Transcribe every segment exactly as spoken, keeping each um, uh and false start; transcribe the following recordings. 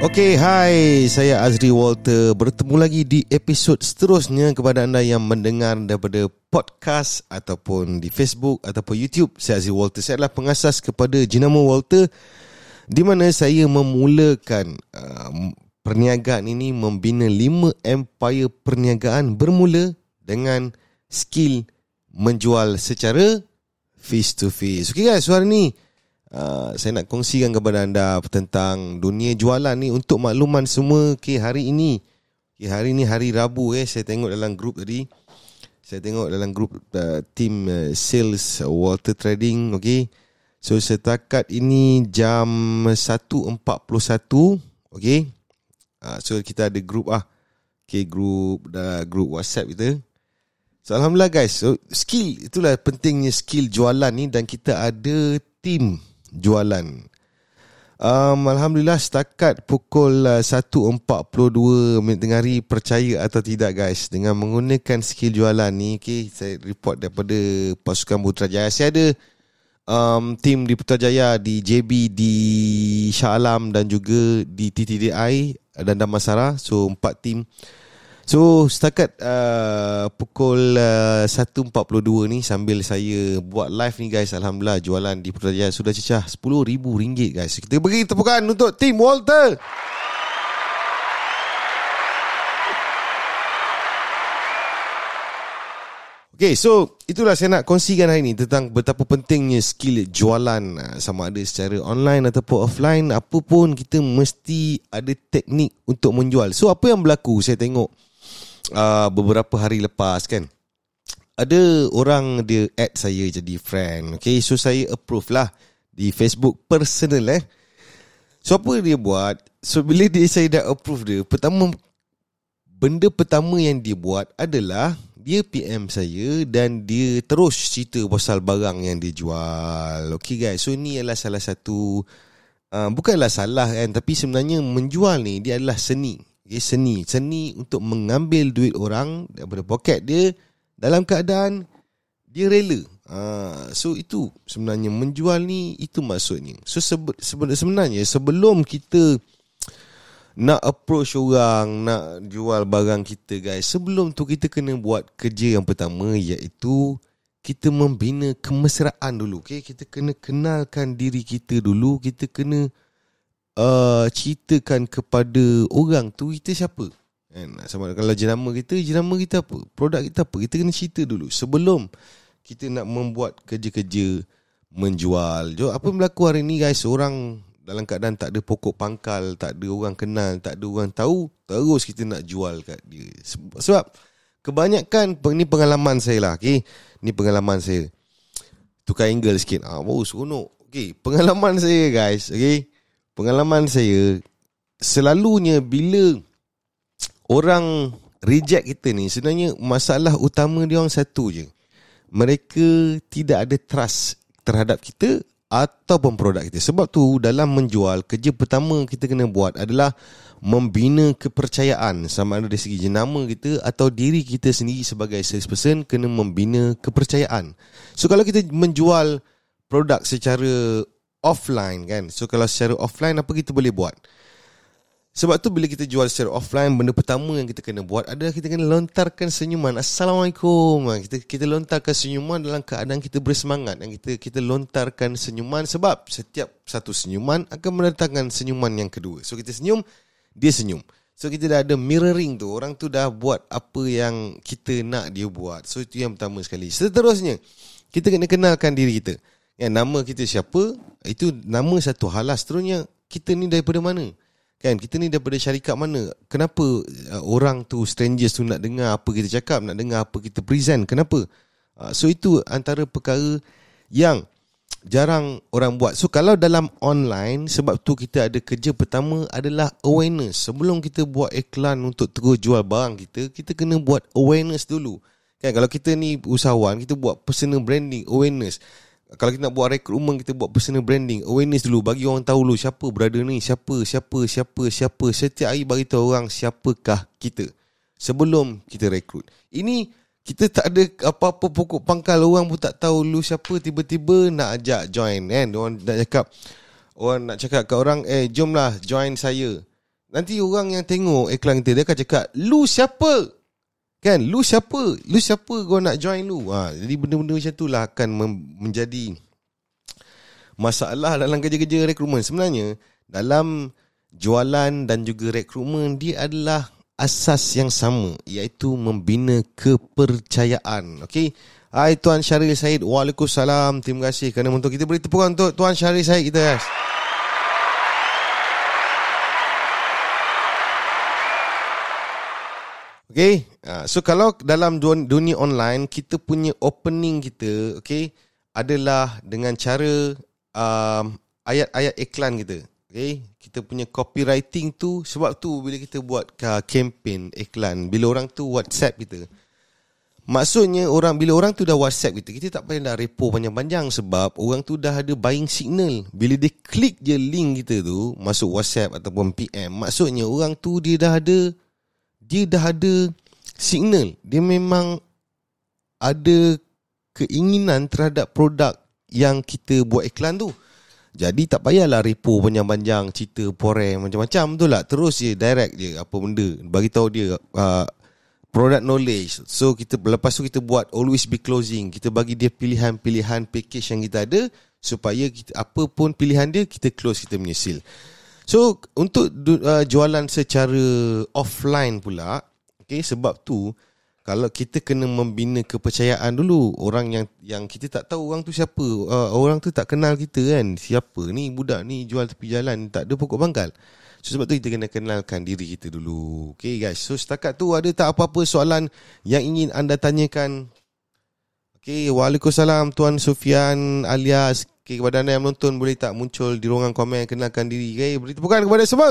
Okey, hai, saya Azri Walter. Bertemu lagi di episod seterusnya kepada anda yang mendengar daripada podcast ataupun di Facebook ataupun YouTube. Saya Azri Walter. Saya adalah pengasas kepada Jenama Walter, di mana saya memulakan uh, perniagaan ini, membina lima empire perniagaan bermula dengan skill menjual secara face to face. Okey guys, suara ni Uh, saya nak kongsikan kepada anda tentang dunia jualan ni untuk makluman semua. Okay, hari ini okay, hari ini hari Rabu eh, saya tengok dalam grup tadi. Saya tengok dalam grup uh, team uh, sales uh, Walter Trading. Okay, so setakat ini jam satu empat puluh satu. Okay, uh, so kita ada grup ah, okay, grup uh, grup WhatsApp kita. So Alhamdulillah guys, so skill, itulah pentingnya skill jualan ni. Dan kita ada tim jualan. um, Alhamdulillah setakat pukul uh, satu empat puluh dua minit tengah hari, percaya atau tidak guys, dengan menggunakan skill jualan ni, okay, saya report daripada pasukan Putrajaya. Saya ada um, tim di Putrajaya, di J B, di Shah Alam dan juga di T T D I dan Damansara. So empat tim. So setakat uh, pukul uh, satu empat puluh dua ni, sambil saya buat live ni guys, Alhamdulillah jualan di Putrajaya sudah cecah sepuluh ribu ringgit guys. Kita beri tepukan untuk tim Walter. Okay, so itulah saya nak kongsikan hari ni tentang betapa pentingnya skill jualan, sama ada secara online ataupun offline. Apa pun kita mesti ada teknik untuk menjual. So apa yang berlaku, saya tengok Uh, beberapa hari lepas kan, ada orang dia add saya jadi friend. Okay, so saya approve lah di Facebook personal eh. So apa dia buat, so bila dia, saya dah approve dia, pertama, benda pertama yang dia buat adalah dia P M saya dan dia terus cerita pasal barang yang dia jual. Okay guys, so ni adalah salah satu uh, bukanlah salah kan, tapi sebenarnya menjual ni dia adalah seni. Okay, seni Seni untuk mengambil duit orang daripada poket dia dalam keadaan dia rela. ha, So itu sebenarnya menjual ni, itu maksudnya. So sebe- sebenarnya sebelum kita nak approach orang, nak jual barang kita guys, sebelum tu kita kena buat kerja yang pertama, iaitu kita membina kemesraan dulu. Okay? Kita kena kenalkan diri kita dulu. Kita kena Uh, ceritakan kepada orang tu kita siapa kan? Sama kalau jenama kita, jenama kita apa, produk kita apa, kita kena cerita dulu sebelum kita nak membuat kerja-kerja menjual. So, apa yang berlaku hari ni guys, orang dalam keadaan tak ada pokok pangkal, tak ada orang kenal, tak ada orang tahu, terus kita nak jual kat dia. Sebab kebanyakan, ni pengalaman saya lah, okay? Ni pengalaman saya, tukar angle sikit. Ah, wow, seronok. Okay, pengalaman saya guys, okay, pengalaman saya, selalunya bila orang reject kita ni, sebenarnya masalah utama dia orang satu je. Mereka tidak ada trust terhadap kita ataupun produk kita. Sebab tu dalam menjual, kerja pertama kita kena buat adalah membina kepercayaan. Sama ada dari segi jenama kita atau diri kita sendiri sebagai salesperson, kena membina kepercayaan. So kalau kita menjual produk secara offline kan, so kalau secara offline apa kita boleh buat? Sebab tu bila kita jual secara offline, benda pertama yang kita kena buat adalah kita kena lontarkan senyuman. Assalamualaikum. Kita kita lontarkan senyuman dalam keadaan kita bersemangat, dan kita kita lontarkan senyuman, sebab setiap satu senyuman akan mendatangkan senyuman yang kedua. So kita senyum, dia senyum. So kita dah ada mirroring tu, orang tu dah buat apa yang kita nak dia buat. So itu yang pertama sekali. Seterusnya, kita kena kenalkan diri kita. Ya, nama kita siapa, itu nama satu hal lah. Seterusnya, kita ni daripada mana? Kan, kita ni daripada syarikat mana? Kenapa uh, orang tu, strangers tu nak dengar apa kita cakap, nak dengar apa kita present? Kenapa? Uh, so itu antara perkara yang jarang orang buat. So kalau dalam online, sebab tu kita ada kerja pertama adalah awareness. Sebelum kita buat iklan untuk terus jual barang kita, kita kena buat awareness dulu. Kan, kalau kita ni usahawan, kita buat personal branding, awareness. Kalau kita nak buat rekrutmen, kita buat personal branding, awareness dulu, bagi orang tahu dulu siapa brother ni, siapa, siapa, siapa, siapa. Setiap hari bagi tahu orang siapakah kita sebelum kita rekrut. Ini kita tak ada apa-apa pokok pangkal, orang pun tak tahu lu siapa, tiba-tiba nak ajak join kan. Orang nak cakap, orang nak cakap kat orang, eh jomlah join saya. nanti orang yang tengok iklan kita, dia akan cakap, lu siapa? Kan, lu siapa? Lu siapa kau nak join lu? Ha, jadi benda-benda macam tu lah akan menjadi masalah dalam kerja-kerja rekrutmen. Sebenarnya dalam jualan dan juga rekrutmen, dia adalah asas yang sama, iaitu membina kepercayaan. Okey. Hai Tuan Syaril Said. Waalaikumsalam. Terima kasih kerana menonton. Kita beri tepukan untuk Tuan Syaril Said kita, guys. Okay, so kalau dalam dunia online, kita punya opening kita, okay, adalah dengan cara um, ayat-ayat iklan kita. Okay, kita punya copywriting tu, sebab tu bila kita buat uh, campaign iklan, bila orang tu WhatsApp kita, maksudnya orang bila orang tu dah WhatsApp kita, kita tak payah dah repo panjang-panjang, sebab orang tu dah ada buying signal. Bila dia klik je link kita tu masuk WhatsApp ataupun P M, maksudnya orang tu dia dah ada dia dah ada signal. Dia memang ada keinginan terhadap produk yang kita buat iklan tu. Jadi tak payahlah repo panjang-panjang, cerita poreng macam-macam, betul tak? Terus je direct je apa benda, bagi tahu dia uh, product knowledge. So kita lepas tu kita buat always be closing. Kita bagi dia pilihan-pilihan package yang kita ada, supaya kita, apa pun pilihan dia, kita close kita punya sale. So untuk uh, jualan secara offline pula, okay, sebab tu kalau kita kena membina kepercayaan dulu. Orang yang yang kita tak tahu orang tu siapa, uh, orang tu tak kenal kita kan, siapa ni budak ni jual tepi jalan, tak ada pokok pangkal. So sebab tu kita kena kenalkan diri kita dulu. Okay guys, so setakat tu ada tak apa-apa soalan yang ingin anda tanyakan? Okay, Waalaikumsalam Tuan Sufian alias. Okay, kepada anda yang menonton, boleh tak muncul di ruangan komen, kenalkan diri. Okay, beri tepukan kepada semua.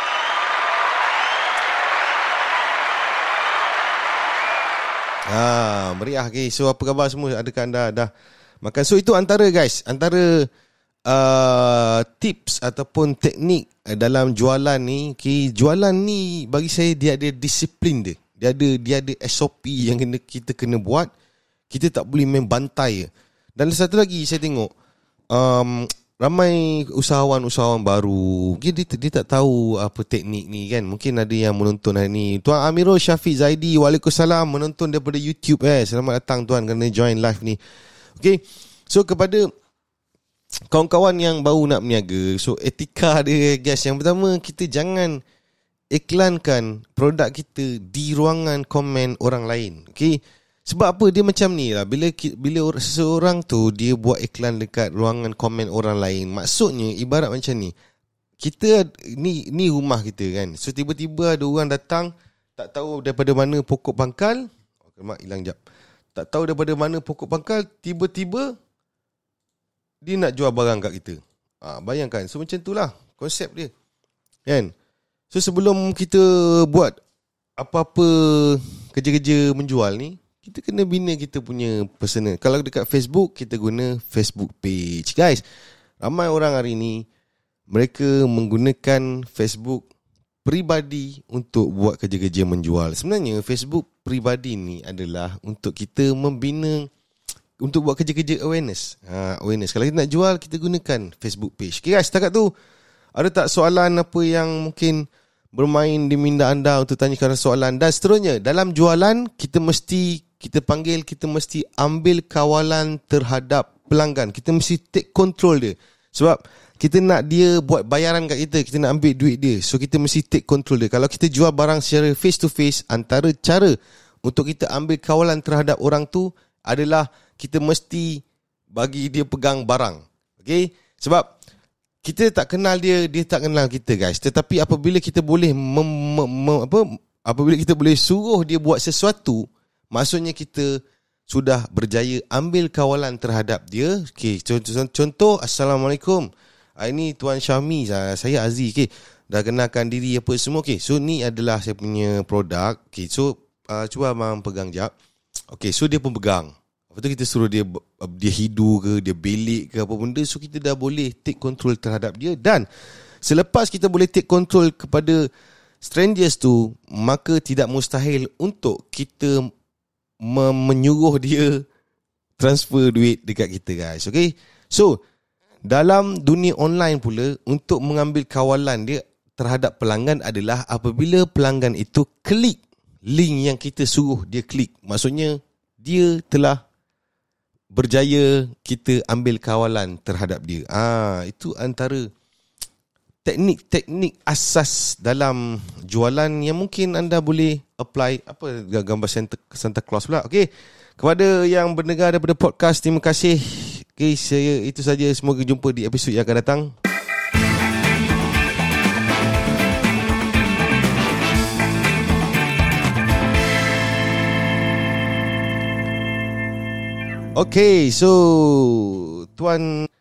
Ah, meriah. Okay, so apa khabar semua? Adakah anda dah makan? So itu antara guys, antara uh, tips ataupun teknik dalam jualan ni. Okay, jualan ni bagi saya dia ada disiplin dia. Dia ada dia ada S O P yang kena, kita kena buat. Kita tak boleh main bantai. Dan satu lagi saya tengok, Um, ramai usahawan-usahawan baru, dia, dia, dia tak tahu apa teknik ni kan. Mungkin ada yang menonton hari ni. Tuan Amirul Syafiq Zaidi, Waalaikumsalam, menonton daripada YouTube. eh. Selamat datang Tuan kerana join live ni. Okay, so kepada kawan-kawan yang baru nak berniaga, so etika dia guys, yang pertama, kita jangan iklankan produk kita di ruangan komen orang lain. Okay, sebab apa dia macam ni lah. Bila bila seseorang tu dia buat iklan dekat ruangan komen orang lain, maksudnya ibarat macam ni, kita ni ni rumah kita kan. So tiba-tiba ada orang datang, tak tahu daripada mana pokok pangkal. Oh, mak hilang jap. Tak tahu daripada mana pokok pangkal, tiba-tiba dia nak jual barang kat kita. Ah, bayangkan. So macam itulah konsep dia. Kan? So sebelum kita buat apa-apa kerja-kerja menjual ni, kita kena bina kita punya personal. Kalau dekat Facebook, kita guna Facebook page. Guys, ramai orang hari ni, mereka menggunakan Facebook peribadi untuk buat kerja-kerja menjual. Sebenarnya Facebook peribadi ni adalah untuk kita membina, untuk buat kerja-kerja awareness. Ha, awareness. Kalau kita nak jual, kita gunakan Facebook page. Okay guys, setakat tu, ada tak soalan apa yang mungkin bermain di minda anda untuk tanyakan soalan? Dan seterusnya, dalam jualan, kita mesti Kita panggil, kita mesti ambil kawalan terhadap pelanggan. Kita mesti take control dia. Sebab kita nak dia buat bayaran kat kita, kita nak ambil duit dia. So kita mesti take control dia. Kalau kita jual barang secara face to face, antara cara untuk kita ambil kawalan terhadap orang tu adalah kita mesti bagi dia pegang barang. Okay? Sebab kita tak kenal dia, dia tak kenal kita guys. Tetapi apabila kita boleh mem, mem, mem, apa, apabila kita boleh suruh dia buat sesuatu, maksudnya kita sudah berjaya ambil kawalan terhadap dia. Okay, contoh, contoh Assalamualaikum. Ini Tuan Syahmi, saya Aziz. Okay, dah kenalkan diri apa semua. Okay, so ni adalah saya punya produk. Okay, so uh, cuba abang pegang jap. Okay, so dia pun pegang. Lepas tu kita suruh dia dia hidu ke, dia belik ke apa benda. So kita dah boleh take control terhadap dia. Dan selepas kita boleh take control kepada strangers tu, maka tidak mustahil untuk kita menyuruh dia transfer duit dekat kita guys. Okay, so dalam dunia online pula, untuk mengambil kawalan dia, terhadap pelanggan adalah apabila pelanggan itu klik link yang kita suruh dia klik. Maksudnya dia telah berjaya kita ambil kawalan terhadap dia. Ah, itu antara teknik-teknik asas dalam jualan yang mungkin anda boleh apply. Apa gambar Santa, Santa Claus pula. Okey, kepada yang mendengar daripada podcast, terima kasih. Okey, saya itu saja. Semoga jumpa di episod yang akan datang. Okay, so Tuan